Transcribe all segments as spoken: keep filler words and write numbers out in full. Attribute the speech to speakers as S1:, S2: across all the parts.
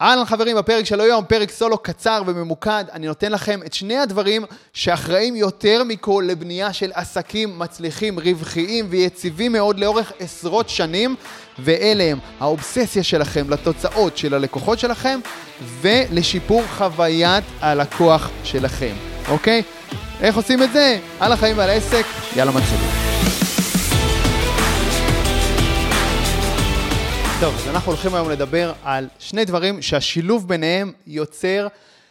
S1: אהלן חברים, בפרק של היום, פרק סולו קצר וממוקד, אני נותן לכם את שני הדברים שאחראים יותר מכל לבנייה של עסקים מצליחים, רווחיים ויציבים מאוד לאורך עשרות שנים, ואלה הם האובססיה שלכם לתוצאות של הלקוחות שלכם, ולשיפור חוויית הלקוח שלכם, אוקיי? איך עושים את זה? על החיים ועל העסק, יאללה מתחילים. טוב, אז אנחנו הולכים היום לדבר על שני דברים שהשילוב ביניהם יוצר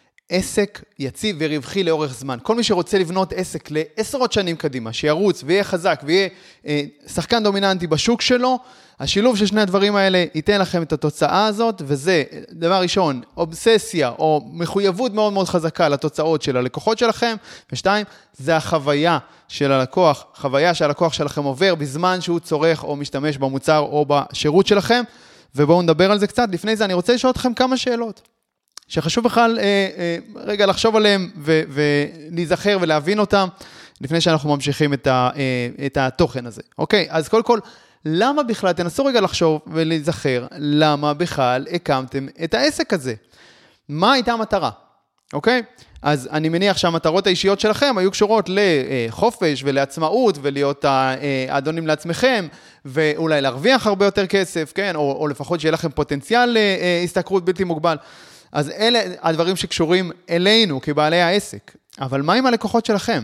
S1: עסק יציב ורווחי לאורך זמן. כל מי שרוצה לבנות עסק לעשרות שנים קדימה, שירוץ ויהיה חזק ויהיה אה, שחקן דומיננטי בשוק שלו, השילוב של שני הדברים האלה ייתן לכם את התוצאה הזאת, וזה דבר ראשון, אובססיה או מחויבות מאוד מאוד חזקה לתוצאות של הלקוחות שלכם, ושתיים, זה החוויה של הלקוח, חוויה שהלקוח שלכם עובר בזמן שהוא צורך או משתמש במוצר או בשירות שלכם, ובואו נדבר על זה קצת. לפני זה אני רוצה לשאול אתכם כמה שאלות, שחשוב בכלל אה, אה, רגע לחשוב עליהם ו- ולהיזכר ולהבין אותם, לפני שאנחנו ממשיכים את, ה- אה, את התוכן הזה. אוקיי? אז קודם כל, למה בכלל, תנסו רגע לחשוב ולהיזכר, למה בכלל הקמתם את העסק הזה? מה הייתה המטרה? אוקיי? אז אני מניח שהמטרות האישיות שלכם היו קשורות לחופש ולעצמאות ולהיות האדונים לעצמכם, ואולי להרוויח הרבה יותר כסף, כן? או, או לפחות שיהיה לכם פוטנציאל להסתכרות בלתי מוגבל. אז אלה הדברים שקשורים אלינו כבעלי העסק. אבל מה עם הלקוחות שלכם?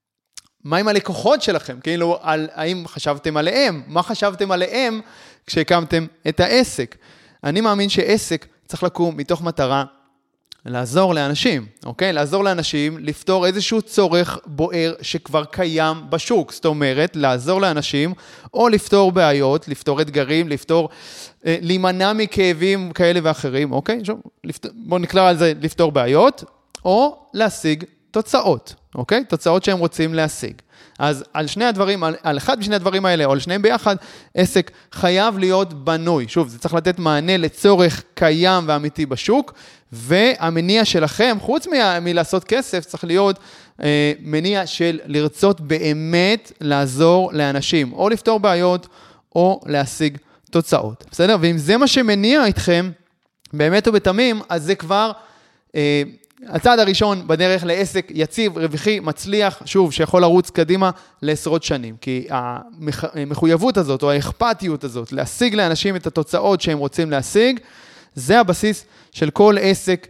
S1: מה עם הלקוחות שלכם? כאילו, על, האם חשבתם עליהם? מה חשבתם עליהם כשהקמתם את העסק? אני מאמין שעסק צריך לקום מתוך מטרה לעזור לאנשים, אוקיי? לעזור לאנשים לפתור איזשהו צורך בוער שכבר קיים בשוק. זאת אומרת, לעזור לאנשים או לפתור בעיות, לפתור אתגרים, לפתור, אה, להימנע מכאבים כאלה ואחרים, אוקיי? שוב, לפתור, בואו נקרא על זה לפתור בעיות, או להשיג תוצאות, אוקיי? תוצאות שהם רוצים להשיג. אז על שני הדברים, על, על אחד משני הדברים האלה, או על שניהם ביחד, עסק חייב להיות בנוי. שוב, זה צריך לתת מענה לצורך קיים ואמיתי בשוק, והמניע שלכם, חוץ מ- מלעשות כסף, צריך להיות אה, מניע של לרצות באמת לעזור לאנשים, או לפתור בעיות, או להשיג תוצאות. בסדר? ואם זה מה שמניע אתכם, באמת ובתמים, אז זה כבר אה, הצעד הראשון בדרך לעסק יציב, רווחי, מצליח, שוב, שיכול לרוץ קדימה לעשרות שנים. כי המחויבות הזאת, או האכפתיות הזאת, להשיג לאנשים את התוצאות שהם רוצים להשיג, זה הבסיס של כל עסק,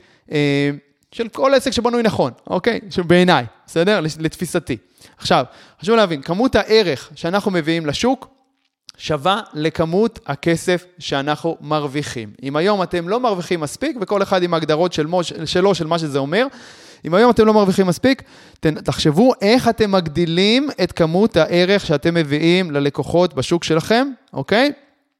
S1: של כל עסק שבנוי נכון, אוקיי? שבעיניי, בסדר? לתפיסתי. עכשיו, חשוב להבין, כמות הערך שאנחנו מביאים לשוק, שווה לכמות הכסף שאנחנו מרוויחים. אם היום אתם לא מרוויחים מספיק, וכל אחד עם ההגדרות של מוש, שלו, של מה שזה אומר, אם היום אתם לא מרוויחים מספיק, תחשבו איך אתם מגדילים את כמות הערך שאתם מביאים ללקוחות בשוק שלכם, אוקיי?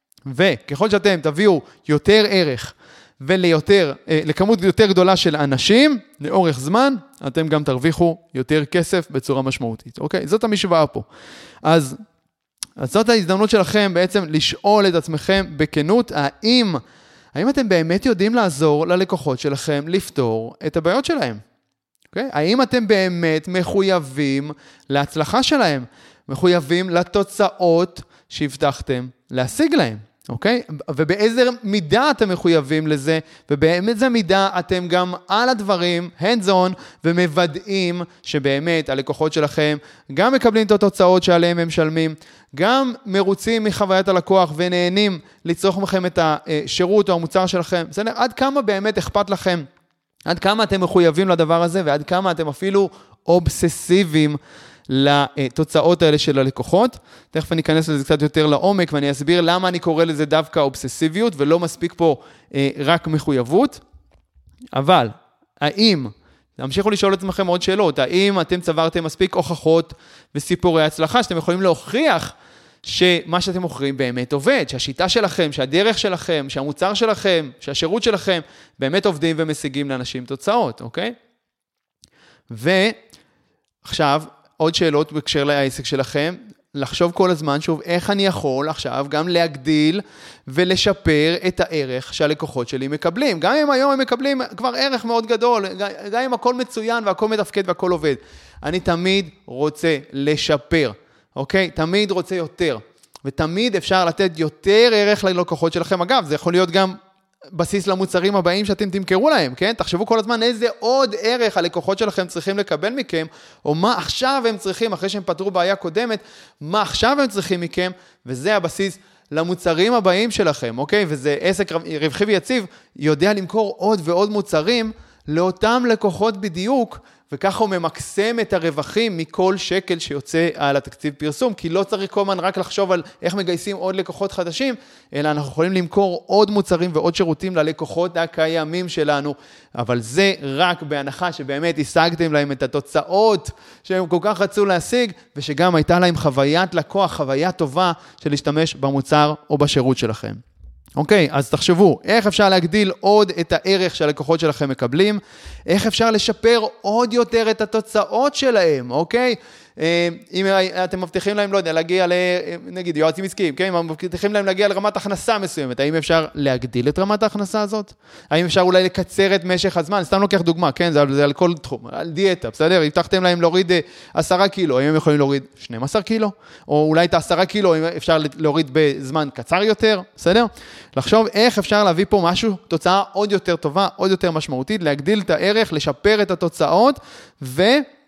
S1: וככל שאתם תביאו יותר ערך, וליותר, לכמות יותר גדולה של אנשים, לאורך זמן, אתם גם תרוויחו יותר כסף בצורה משמעותית, אוקיי? זאת המשוואה פה. אז אז זאת ההזדמנות שלכם בעצם לשאול את עצמכם בכנות, האם, האם אתם באמת יודעים לעזור ללקוחות שלכם לפתור את הבעיות שלהם? Okay? האם אתם באמת מחויבים להצלחה שלהם? מחויבים לתוצאות שהבטחתם להשיג להם? אוקיי? ובאיזה מידה אתם מחויבים לזה, ובאיזה מידה אתם גם על הדברים, hands on, ומוודאים שבאמת הלקוחות שלכם גם מקבלים את התוצאות שעליהם הם משלמים, גם מרוצים מחוויית הלקוח ונהנים לצרוך מכם את השירות או המוצר שלכם. בסדר? עד כמה באמת אכפת לכם, עד כמה אתם מחויבים לדבר הזה, ועד כמה אתם אפילו אובססיביים לתוצאות האלה של הלקוחות. תכף אני אכנס לזה קצת יותר לעומק, ואני אסביר למה אני קורא לזה דווקא אובססיביות, ולא מספיק פה אה, רק מחויבות. אבל, האם, תמשיכו לשאול את עצמכם עוד שאלות, האם אתם צברתם מספיק הוכחות וסיפורי הצלחה, שאתם יכולים להוכיח שמה שאתם מוכרים באמת עובד, שהשיטה שלכם, שהדרך שלכם, שהמוצר שלכם, שהשירות שלכם, באמת עובדים ומשיגים לאנשים תוצאות, אוקיי? ועכשיו, עוד שאלות בקשר לעסק שלכם, לחשוב כל הזמן, שוב, איך אני יכול עכשיו גם להגדיל ולשפר את הערך שהלקוחות שלי מקבלים. גם אם היום הם מקבלים כבר ערך מאוד גדול, גם אם הכל מצוין והכל מתפקד והכל עובד. אני תמיד רוצה לשפר, אוקיי? תמיד רוצה יותר. ותמיד אפשר לתת יותר ערך ללקוחות שלכם. אגב, זה יכול להיות גם בסיס למוצרים הבאים שאתם תמכרו להם, כן? תחשבו כל הזמן איזה עוד ערך הלקוחות שלכם צריכים לקבל מכם, או מה עכשיו הם צריכים, אחרי שהם פתרו בעיה קודמת, מה עכשיו הם צריכים מכם, וזה הבסיס למוצרים הבאים שלכם, אוקיי? וזה עסק רווחי ויציב, יודע למכור עוד ועוד מוצרים לאותם לקוחות בדיוק, וככה הוא ממקסם את הרווחים מכל שקל שיוצא על התקציב פרסום, כי לא צריך כל הזמן רק לחשוב על איך מגייסים עוד לקוחות חדשים, אלא אנחנו יכולים למכור עוד מוצרים ועוד שירותים ללקוחות הקיימים שלנו, אבל זה רק בהנחה שבאמת השגתם להם את התוצאות שהם כל כך רצו להשיג, ושגם הייתה להם חוויית לקוח, חוויה טובה של להשתמש במוצר או בשירות שלכם. אוקיי, אז תחשבו, איך אפשר להגדיל עוד את הערך שהלקוחות שלכם מקבלים, איך אפשר לשפר עוד יותר את התוצאות שלהם, אוקיי? אם אתם מבטיחים להם, לא יודע, להגיע נגיד יועצים עסקיים, כן? אם מבטיחים להם להגיע לרמת הכנסה מסוימת, האם אפשר להגדיל את רמת ההכנסה הזאת? האם אפשר אולי לקצר את משך הזמן? סתם לוקח דוגמה, כן? זה, זה על כל תחום, על דיאטה, בסדר? הבטחתם להם להוריד עשרה קילו, האם הם יכולים להוריד שנים עשר קילו? או אולי את עשרה קילו אפשר להוריד בזמן קצר יותר, בסדר? לחשוב איך אפשר להביא פה משהו, תוצאה עוד יותר טובה, עוד יותר משמעותית, להגדיל את הערך, לשפר את התוצאות, ו...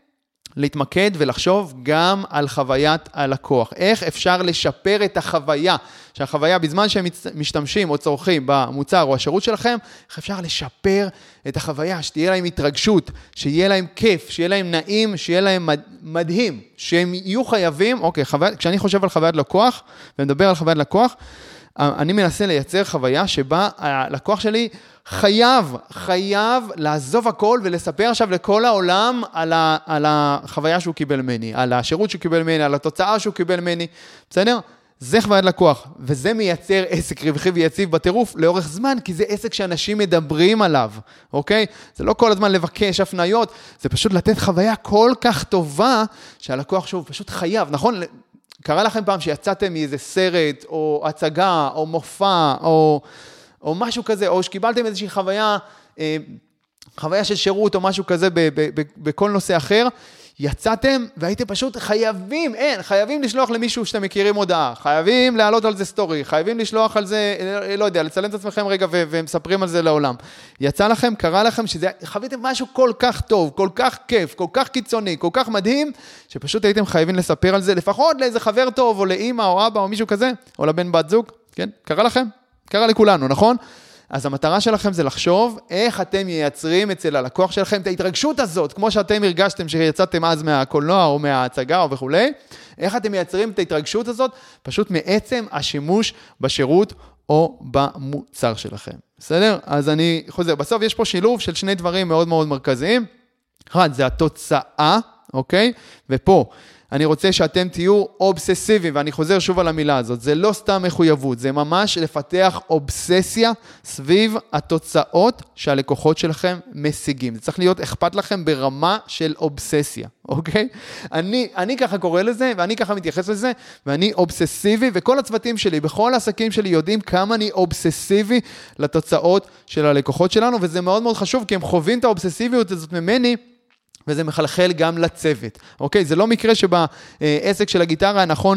S1: להתמקד ולחשוב גם על חוויית הלקוח. איך אפשר לשפר את החוויה, שהחוויה בזמן שהם משתמשים או צורכים במוצר או השירות שלכם, איך אפשר לשפר את החוויה, שתהיה להם התרגשות, שיהיה להם כיף, שיהיה להם נעים, שיהיה להם מדהים, שהם יהיו חייבים, אוקיי, חוויה, כשאני חושב על חוויית לקוח, ומדבר על חוויית לקוח, אני מנסה לייצר חוויה שבה הלקוח שלי חייב, חייב לעזוב הכל ולספר עכשיו לכל העולם על, ה, על החוויה שהוא קיבל ממני, על השירות שהוא קיבל ממני, על התוצאה שהוא קיבל ממני, בסדר? זה חוויית לקוח, וזה מייצר עסק רווחי ויציב בטירוף לאורך זמן, כי זה עסק שאנשים מדברים עליו, אוקיי? זה לא כל הזמן לבקש הפניות, זה פשוט לתת חוויה כל כך טובה, שהלקוח שוב פשוט חייב, נכון? קרה לכם פעם שיצאתם מאיזה סרט, או הצגה, או מופע, או, או משהו כזה, או שקיבלתם איזושהי חוויה, אה, חוויה של שירות, או משהו כזה ב, ב, ב, בכל נושא אחר, יצאתם והייתם פשוט חייבים, אין, חייבים לשלוח למישהו שאתם מכירים הודעה, חייבים להעלות על זה סטורי, חייבים לשלוח על זה, לא יודע, לצלם את עצמכם רגע ו- ומספרים על זה לעולם. יצא לכם, קרה לכם שזה, חוויתם משהו כל כך טוב, כל כך כיף, כל כך קיצוני, כל כך מדהים, שפשוט הייתם חייבים לספר על זה, לפחות לאיזה חבר טוב, או לאמא, או אבא, או מישהו כזה, או לבן בת זוג, כן? קרה לכם? קרה לכולנו, נכון? אז המטרה שלכם זה לחשוב איך אתם מייצרים אצל הלקוח שלכם את ההתרגשות הזאת, כמו שאתם הרגשתם שיצאתם אז מהקולנוע או מההצגה או וכו', איך אתם מייצרים את ההתרגשות הזאת, פשוט מעצם השימוש בשירות או במוצר שלכם. בסדר? אז אני חוזר, בסוף יש פה שילוב של שני דברים מאוד מאוד מרכזיים. אחד, זה התוצאה, אוקיי? ופה, אני רוצה שאתם תהיו אובססיביים, ואני חוזר שוב על המילה הזאת, זה לא סתם מחויבות, זה ממש לפתח אובססיה סביב התוצאות שהלקוחות שלכם משיגים. זה צריך להיות אכפת לכם ברמה של אובססיה, אוקיי? אני, אני ככה קורא לזה, ואני ככה מתייחס לזה, ואני אובססיבי, וכל הצוותים שלי, בכל העסקים שלי יודעים כמה אני אובססיבי לתוצאות של הלקוחות שלנו, וזה מאוד מאוד חשוב, כי הם חווים את האובססיביות הזאת ממני, וזה מחלחל גם לצוות, אוקיי? זה לא מקרה שבעסק של הגיטרה, נכון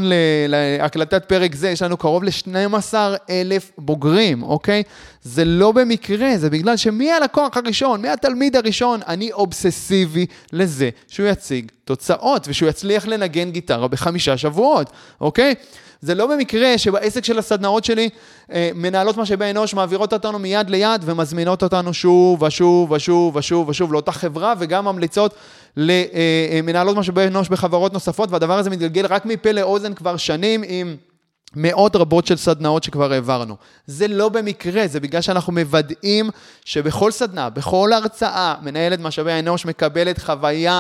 S1: להקלטת פרק זה, יש לנו קרוב ל-שנים עשר אלף בוגרים, אוקיי? זה לא במקרה, זה בגלל שמי הלקוח הראשון, מי התלמיד הראשון, אני אובססיבי לזה שהוא יציג תוצאות, ושהוא יצליח לנגן גיטרה בחמישה שבועות, אוקיי? זה לא במקרה שבעסק של הסדנאות שלי, מנהלות משאבי אנוש מעבירות אותנו מיד ליד, ומזמינות אותנו שוב ושוב ושוב ושוב ושוב לאותה חברה, וגם ממליצות למנהלות משאבי אנוש בחברות נוספות, והדבר הזה מתגלגל רק מפה לאוזן כבר שנים עם מאות רבות של סדנאות שכבר העברנו. זה לא במקרה, זה בגלל שאנחנו מוודאים שבכל סדנה, בכל הרצאה, מנהלת משאבי האנוש מקבלת חוויה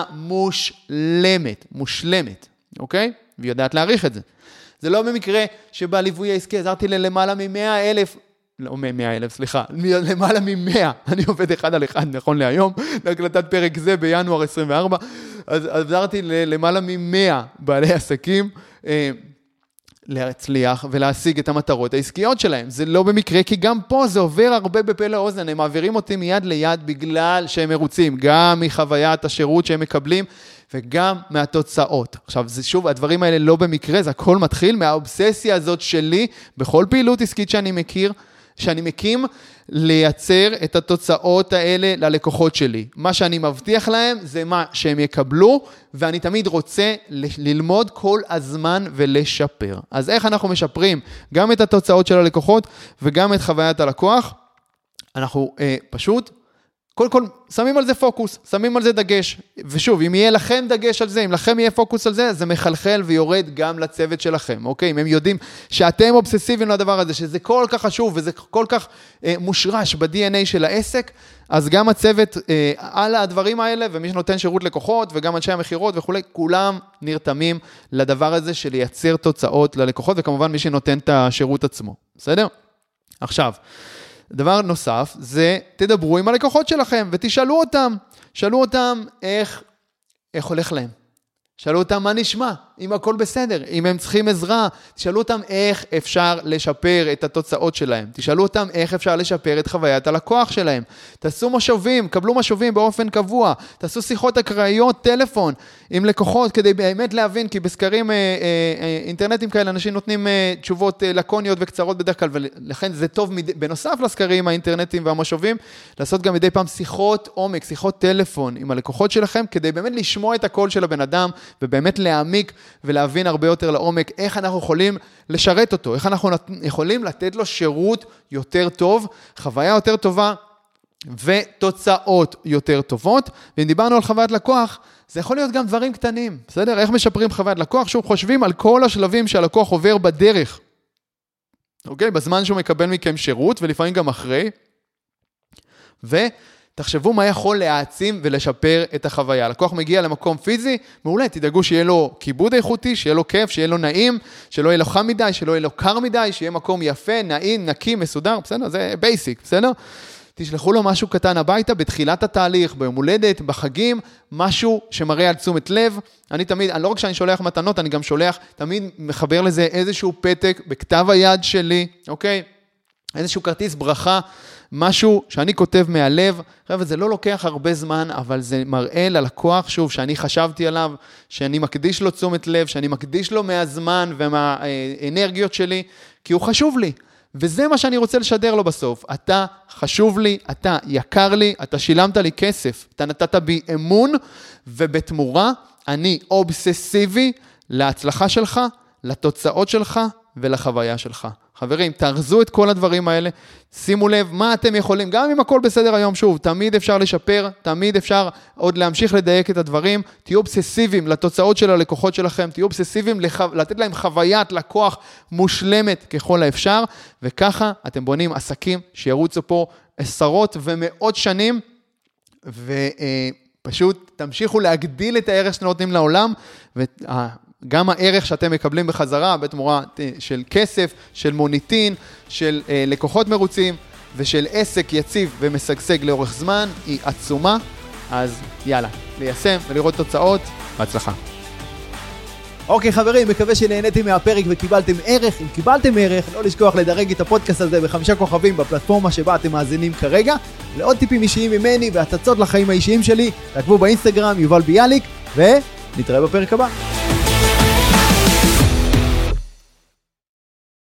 S1: מושלמת, מושלמת, אוקיי? והיא יודעת להעריך את זה. זה לא במקרה שבליווי העסקי עזרתי ללמעלה ממאה אלף, לא מאה אלף, סליחה, למעלה ממאה, אני עובד אחד על אחד, נכון להיום, להקלטת פרק זה בינואר עשרים וארבע, אז עזרתי למעלה ממאה בעלי עסקים, אה, להצליח ולהשיג את המטרות העסקיות שלהם. זה לא במקרה, כי גם פה זה עובר הרבה בפה לאוזן, הם מעבירים אותי מיד ליד בגלל שהם מרוצים, גם מחוויית השירות שהם מקבלים, וגם מהתוצאות. עכשיו, זה שוב, הדברים האלה לא במקרה, זה הכל מתחיל מהאובססיה הזאת שלי, בכל פעילות עסקית שאני מכיר, שאני מקים לייצר את התוצאות האלה ללקוחות שלי. מה שאני מבטיח להם זה מה שהם יקבלו, ואני תמיד רוצה ללמוד כל הזמן ולשפר. אז איך אנחנו משפרים גם את התוצאות של הלקוחות וגם את חוויית הלקוח? אנחנו אה, פשוט, קודם כל, שמים על זה פוקוס, שמים על זה דגש. ושוב, אם יהיה לכם דגש על זה, אם לכם יהיה פוקוס על זה, זה מחלחל ויורד גם לצוות שלכם, אוקיי? אם הם יודעים שאתם אובססיביים לדבר הזה, שזה כל כך חשוב וזה כל כך אה, מושרש ב-די אן איי של העסק, אז גם הצוות אה, על הדברים האלה, ומי שנותן שירות לקוחות, וגם אנשי המחירות וכו', כולם נרתמים לדבר הזה של לייצר תוצאות ללקוחות, וכמובן מי שנותן את השירות עצמו. בסדר? עכשיו, דבר נוסף זה תדברו עם הלקוחות שלכם ותשאלו אותם, שאלו אותם איך, איך הולך להם. שאלו אותם מה נשמע, אם הכל בסדר, אם הם צריכים עזרה, תשאלו אותם איך אפשר לשפר את התוצאות שלהם, תשאלו אותם איך אפשר לשפר את חוויית הלקוח שלהם, תעשו משובים, קבלו משובים באופן קבוע, תעשו שיחות אקראיות, טלפון עם לקוחות, כדי באמת להבין, כי בסקרים אה, אה, אינטרנטיים כאלה, אנשים נותנים אה, תשובות אה, לקוניות וקצרות בדרך כלל, ולכן זה טוב מד... בנוסף לסקרים האינטרנטיים והמשובים, לעשות גם מדי פעם שיחות עומק, שיחות טלפון עם הלקוחות שלכם, כדי באמת לשמוע את הקול של הבן אדם, ובאמת להעמיק ולהבין הרבה יותר לעומק איך אנחנו יכולים לשרת אותו, איך אנחנו יכולים לתת לו שירות יותר טוב, חוויה יותר טובה ותוצאות יותר טובות. ואם דיברנו על חוויית לקוח, זה יכול להיות גם דברים קטנים, בסדר? איך משפרים חוויית לקוח? שוב, חושבים על כל השלבים שהלקוח עובר בדרך, אוקיי? בזמן שהוא מקבל מכם שירות, ולפעמים גם אחרי, ו... תחשבו מה יכול להעצים ולשפר את החוויה. לקוח מגיע למקום פיזי, מעולה, תדאגו שיהיה לו כיבוד איכותי, שיהיה לו כיף, שיהיה לו נעים, שלא יהיה לו חם מדי, שלא יהיה לו קר מדי, שיהיה מקום יפה, נעים, נקי, מסודר, בסדר? זה בייסיק, בסדר? תשלחו לו משהו קטן הביתה בתחילת התהליך, ביום הולדת, בחגים, משהו שמראה על תשומת לב. אני תמיד, אני לא רק שאני שולח מתנות, אני גם שולח, תמיד מחבר לזה איזשהו פתק בכתב היד שלי, אוקיי? איזשהו כרטיס ברכה, משהו שאני כותב מהלב, חבר'ה, זה לא לוקח הרבה זמן, אבל זה מראה ללקוח, שוב, שאני חשבתי עליו, שאני מקדיש לו תשומת לב, שאני מקדיש לו מהזמן ומהאנרגיות שלי, כי הוא חשוב לי. וזה מה שאני רוצה לשדר לו בסוף. אתה חשוב לי, אתה יקר לי, אתה שילמת לי כסף, אתה נתת בי אמון, ובתמורה אני אובססיבי להצלחה שלך, לתוצאות שלך ולחוויה שלך. חברים, תארזו את כל הדברים האלה, שימו לב מה אתם יכולים, גם אם הכל בסדר היום, שוב, תמיד אפשר לשפר, תמיד אפשר עוד להמשיך לדייק את הדברים, תהיו אובססיביים לתוצאות של הלקוחות שלכם, תהיו אובססיביים לח... לתת להם חוויית לקוח מושלמת ככל האפשר, וככה אתם בונים עסקים שירוצו פה עשרות ומאות שנים, ופשוט תמשיכו להגדיל את הערך שאתם נותנים לעולם, וה... גם הערך שאתם מקבלים בחזרה, בתמורה של כסף, של מוניטין, של אה, לקוחות מרוצים, ושל עסק יציב ומשגשג לאורך זמן, היא עצומה. אז יאללה, ליישם ולראות תוצאות. בהצלחה.
S2: אוקיי חברים, מקווה שנהניתם מהפרק וקיבלתם ערך. אם קיבלתם ערך, לא לשכוח לדרג את הפודקאסט הזה בחמישה כוכבים בפלטפורמה שבה אתם מאזינים כרגע. לעוד טיפים אישיים ממני והצצות לחיים האישיים שלי, תעקבו באינסטגרם, יובל ביאליק, ונתראה בפרק הבא.